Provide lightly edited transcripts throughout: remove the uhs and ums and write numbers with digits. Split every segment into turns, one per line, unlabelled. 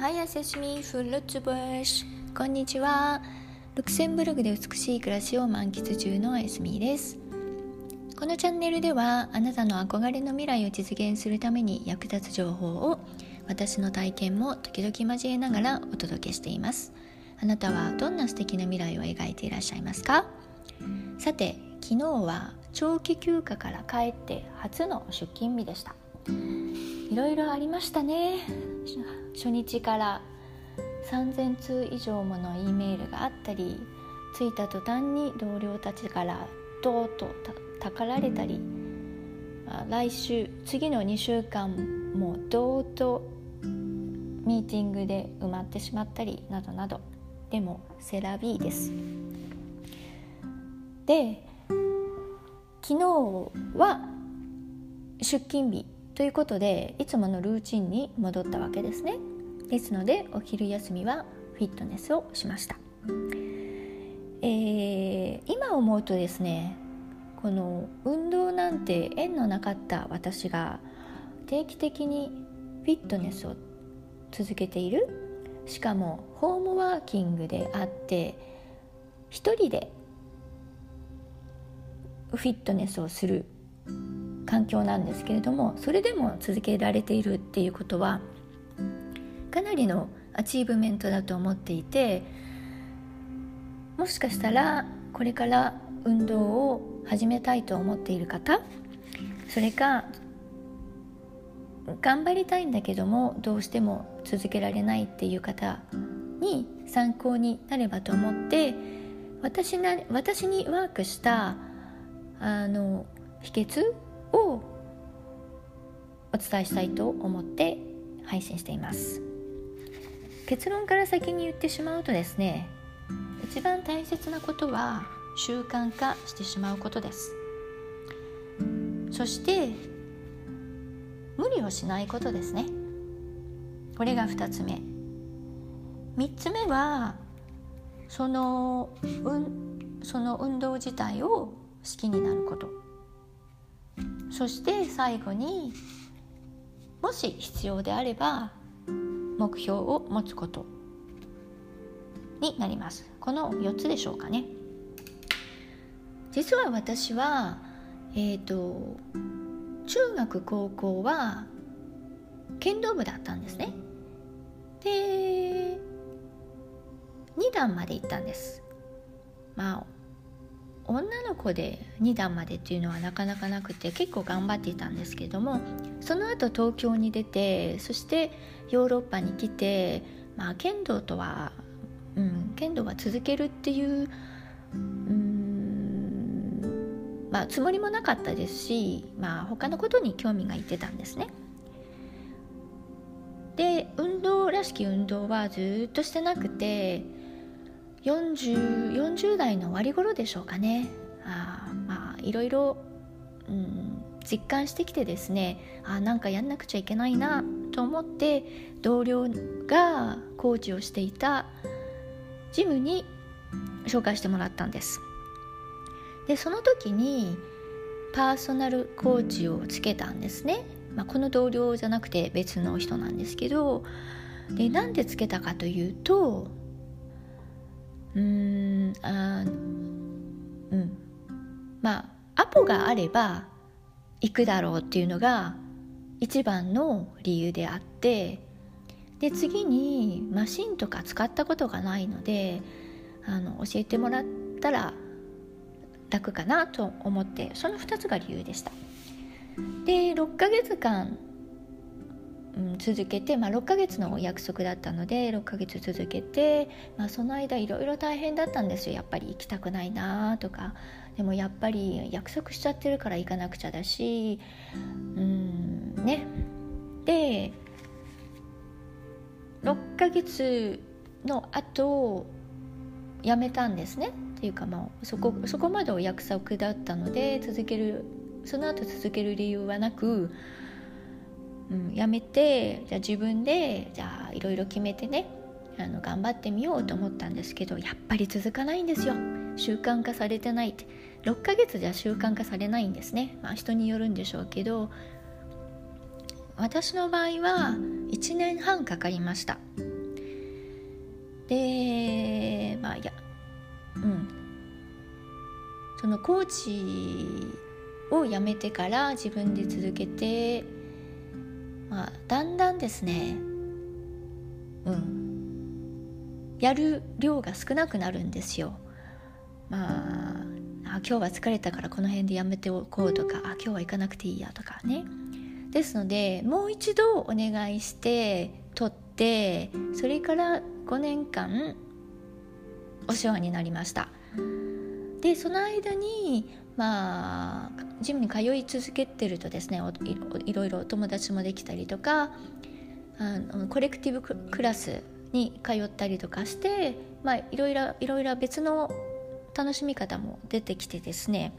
Hi, Asesmi für Lützburg。こんにちは。ルクセンブルクで美しい暮らしを満喫中のエスミです。このチャンネルではあなたの憧れの未来を実現するために役立つ情報を私の体験も時々交えながらお届けしています。あなたはどんな素敵な未来を描いていらっしゃいますか？さて、昨日は長期休暇から帰って初の出勤日でした。いろいろありましたね。初日から3000通以上もの E メールがあったり、着いた途端に同僚たちからどーっとたかられたり、次の2週間もどーっとミーティングで埋まってしまったりなどなど。でもセラビーです。で、昨日は出勤日ということで、いつものルーチンに戻ったわけですね。ですのでお昼休みはフィットネスをしました。今思うとですね、この運動なんて縁のなかった私が定期的にフィットネスを続けている、しかもホームワーキングであって一人でフィットネスをする環境なんですけれども、それでも続けられているっていうことはかなりのアチーブメントだと思っていて、もしかしたらこれから運動を始めたいと思っている方、それか頑張りたいんだけどもどうしても続けられないっていう方に参考になればと思って、私にワークした秘訣をお伝えしたいと思って配信しています。結論から先に言ってしまうとですね、一番大切なことは習慣化してしまうことです。そして無理をしないことですね。これが2つ目。3つ目はその運動自体を好きになること。そして最後に、もし必要であれば目標を持つことになります。この4つでしょうかね。実は私は中学高校は剣道部だったんですね。で2段まで行ったんです。女の子で2段までっていうのはなかなかなくて、結構頑張っていたんですけども、その後東京に出て、そしてヨーロッパに来て、剣道は続けるっていうつもりもなかったですし、他のことに興味がいってたんですね。で、運動らしき運動はずっとしてなくて、40代の終わり頃でしょうかね。いろいろ実感してきてですね、なんかやんなくちゃいけないなと思って、同僚がコーチをしていたジムに紹介してもらったんです。で、その時にパーソナルコーチをつけたんですね。この同僚じゃなくて別の人なんですけど、で、なんでつけたかというと、アポがあれば行くだろうっていうのが一番の理由であって、で、次にマシンとか使ったことがないので教えてもらったら楽かなと思って、その2つが理由でした。で、6ヶ月間続けて、6ヶ月のお約束だったので6ヶ月続けて、その間いろいろ大変だったんですよ。やっぱり行きたくないなとか、でもやっぱり約束しちゃってるから行かなくちゃだし、で6ヶ月の後辞めたんですね。っていうか、そこまでお約束だったのでその後続ける理由はなく、辞めて、じゃあ自分でいろいろ決めてね、頑張ってみようと思ったんですけど、やっぱり続かないんですよ。習慣化されてないって。6ヶ月じゃ習慣化されないんですね。人によるんでしょうけど、私の場合は1年半かかりました。 でそのコーチを辞めてから自分で続けて、だんだんですね、やる量が少なくなるんですよ。今日は疲れたからこの辺でやめておこうとか、今日は行かなくていいやとかね。ですのでもう一度お願いして取って、それから5年間お世話になりました。でその間にジムに通い続けてるとですね、いろいろお友達もできたりとか、コレクティブクラスに通ったりとかして、いろいろ別の楽しみ方も出てきてですね、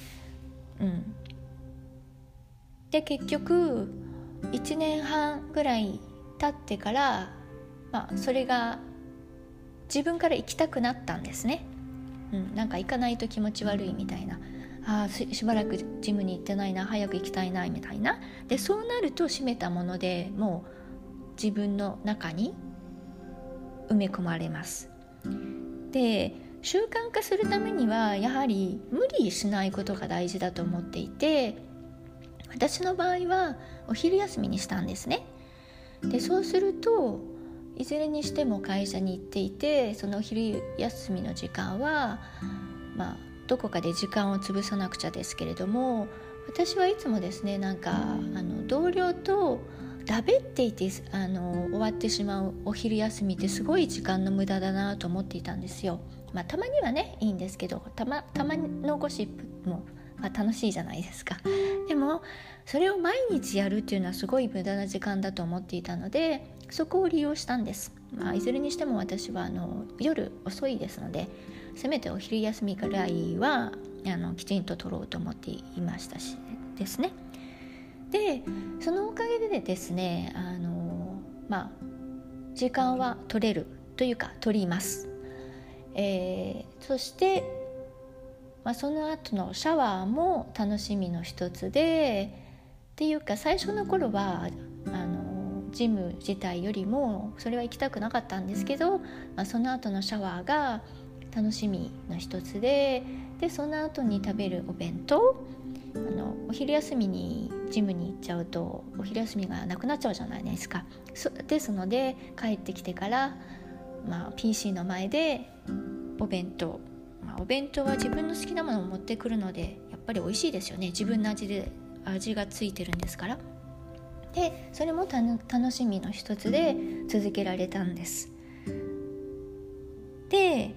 で結局1年半ぐらい経ってから、それが自分から行きたくなったんですね。なんか行かないと気持ち悪いみたいな、しばらくジムに行ってないな、早く行きたいなみたいな。でそうなると閉めたものでもう自分の中に埋め込まれます。で習慣化するためにはやはり無理しないことが大事だと思っていて、私の場合はお昼休みにしたんですね。でそうするといずれにしても会社に行っていて、そのお昼休みの時間はどこかで時間を潰さなくちゃですけれども、私はいつもですね、同僚とだべっていて終わってしまうお昼休みってすごい時間の無駄だなと思っていたんですよ。たまにはねいいんですけど、たまのゴシップも楽しいじゃないですか。でもそれを毎日やるっていうのはすごい無駄な時間だと思っていたので、そこを利用したんです。いずれにしても私は夜遅いですので、せめてお昼休みぐらいはきちんと取ろうと思っていましたしですね。でそのおかげでですね、時間は取れるというか取ります。そしてその後のシャワーも楽しみの一つで、っていうか最初の頃はジム自体よりもそれは行きたくなかったんですけど、その後のシャワーが楽しみの一つで、その後に食べるお弁当、お昼休みにジムに行っちゃうとお昼休みがなくなっちゃうじゃないですか。ですので帰ってきてから、PC の前でお弁当、お弁当は自分の好きなものを持ってくるのでやっぱり美味しいですよね。自分の味がついてるんですから。でそれも楽しみの一つで続けられたんです。で、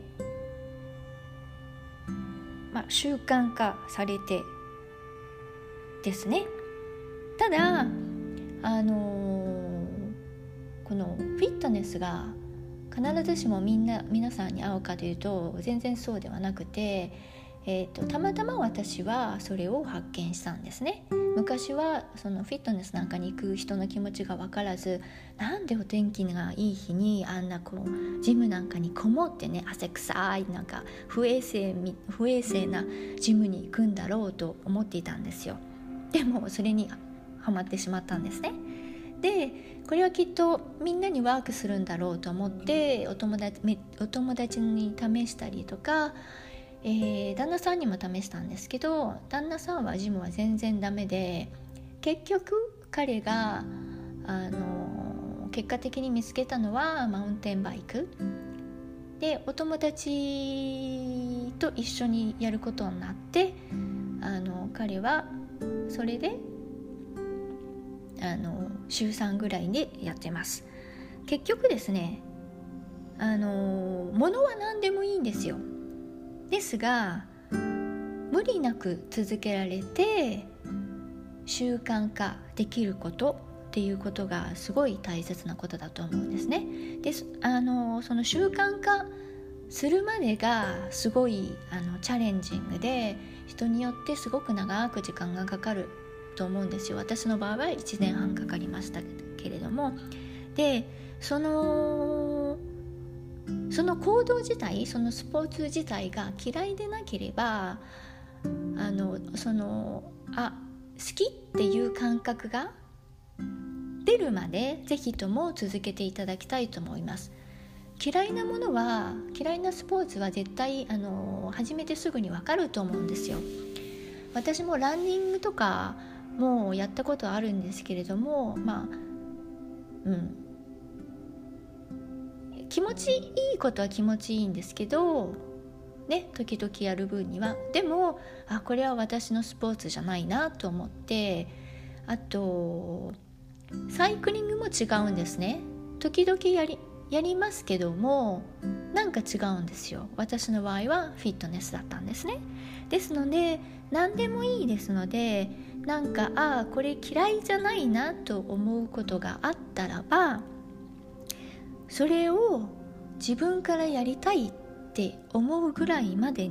習慣化されてですね。ただこのフィットネスが必ずしも皆さんに合うかというと全然そうではなくて、たまたま私はそれを発見したんですね。昔はそのフィットネスなんかに行く人の気持ちが分からず、なんでお天気がいい日にジムなんかにこもってね、汗臭い不衛生なジムに行くんだろうと思っていたんですよ。でもそれにハマってしまったんですね。でこれはきっとみんなにワークするんだろうと思ってお友達に試したりとか、旦那さんにも試したんですけど、旦那さんはジムは全然ダメで、結局彼が結果的に見つけたのはマウンテンバイクで、お友達と一緒にやることになって、彼はそれで週3ぐらいでやってます。結局ですね、物は何でもいいんですよ。ですが無理なく続けられて習慣化できることっていうことがすごい大切なことだと思うんですね。でその習慣化するまでがすごいチャレンジングで、人によってすごく長く時間がかかると思うんですよ。私の場合は1年半かかりましたけれども、でその行動自体、そのスポーツ自体が嫌いでなければ好きっていう感覚が出るまでぜひとも続けていただきたいと思います。 嫌いなものは、嫌いなスポーツは絶対始めてすぐに分かると思うんですよ。私もランニングとかもやったことあるんですけれども、気持ちいいことは気持ちいいんですけどね、時々やる分には。でもこれは私のスポーツじゃないなと思って、あとサイクリングも違うんですね。時々やりますけども、なんか違うんですよ。私の場合はフィットネスだったんですね。ですので何でもいいですので、なんかこれ嫌いじゃないなと思うことがあったらば、それを自分からやりたいって思うぐらいまで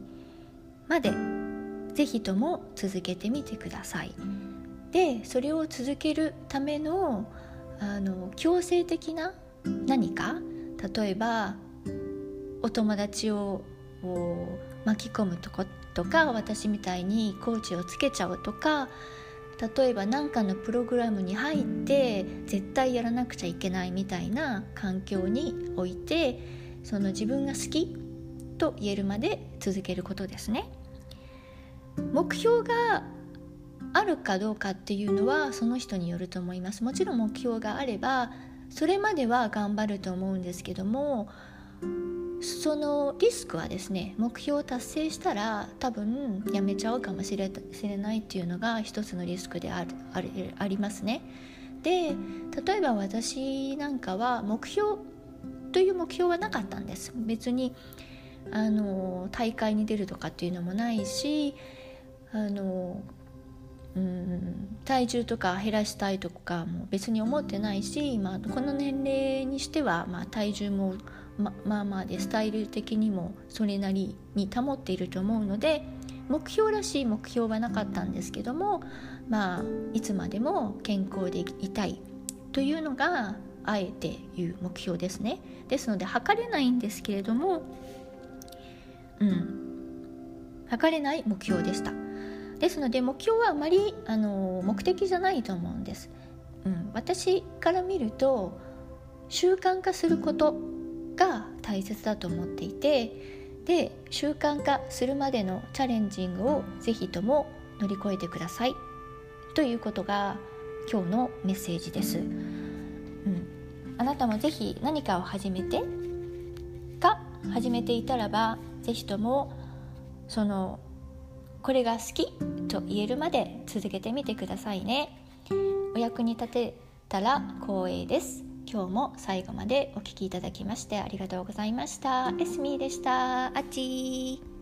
ぜひとも続けてみてください。でそれを続けるための強制的な何か、例えばお友達を巻き込むとか、私みたいにコーチをつけちゃうとか、例えば何かのプログラムに入って絶対やらなくちゃいけないみたいな環境において、その自分が好きと言えるまで続けることですね。目標があるかどうかっていうのはその人によると思います。もちろん目標があればそれまでは頑張ると思うんですけども、そのリスクはですね、目標を達成したら多分やめちゃうかもしれないっていうのが一つのリスクでありますね。で例えば私なんかは目標という目標はなかったんです。別に大会に出るとかっていうのもないし、体重とか減らしたいとかも別に思ってないし、この年齢にしては、体重もでスタイル的にもそれなりに保っていると思うので、目標らしい目標はなかったんですけども、いつまでも健康でいたいというのがあえていう目標ですね。ですので測れないんですけれども、測れない目標でした。ですので目標はあまり目的じゃないと思うんです。私から見ると習慣化することが大切だと思っていて、で習慣化するまでのチャレンジングをぜひとも乗り越えてくださいということが今日のメッセージです。あなたもぜひ何かを始めていたらば、ぜひともこれが好きと言えるまで続けてみてくださいね。お役に立てたら光栄です。今日も最後までお聞きいただきましてありがとうございました。エスミーでした。あっちー。